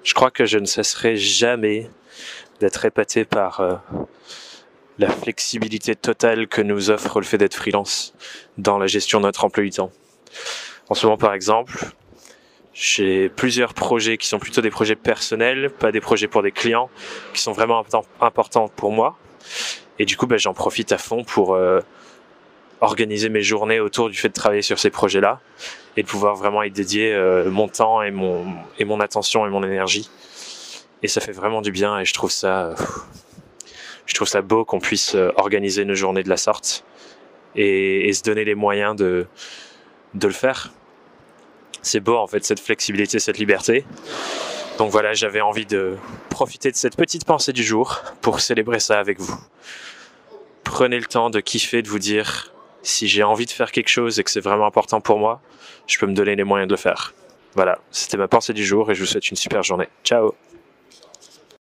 Je crois que je ne cesserai jamais d'être épaté par la flexibilité totale que nous offre le fait d'être freelance dans la gestion de notre emploi du temps. En ce moment, par exemple, j'ai plusieurs projets qui sont plutôt des projets personnels, pas des projets pour des clients, qui sont vraiment importants pour moi. Et du coup, j'en profite à fond pour organiser mes journées autour du fait de travailler sur ces projets-là et de pouvoir vraiment y dédier mon temps et mon attention et mon énergie. Et ça fait vraiment du bien et je trouve ça beau qu'on puisse organiser nos journées de la sorte et se donner les moyens de le faire. C'est beau en fait, cette flexibilité, cette liberté. Donc voilà, j'avais envie de profiter de cette petite pensée du jour pour célébrer ça avec vous. Prenez le temps de kiffer, de vous dire si j'ai envie de faire quelque chose et que c'est vraiment important pour moi, je peux me donner les moyens de le faire. Voilà, c'était ma pensée du jour et je vous souhaite une super journée. Ciao!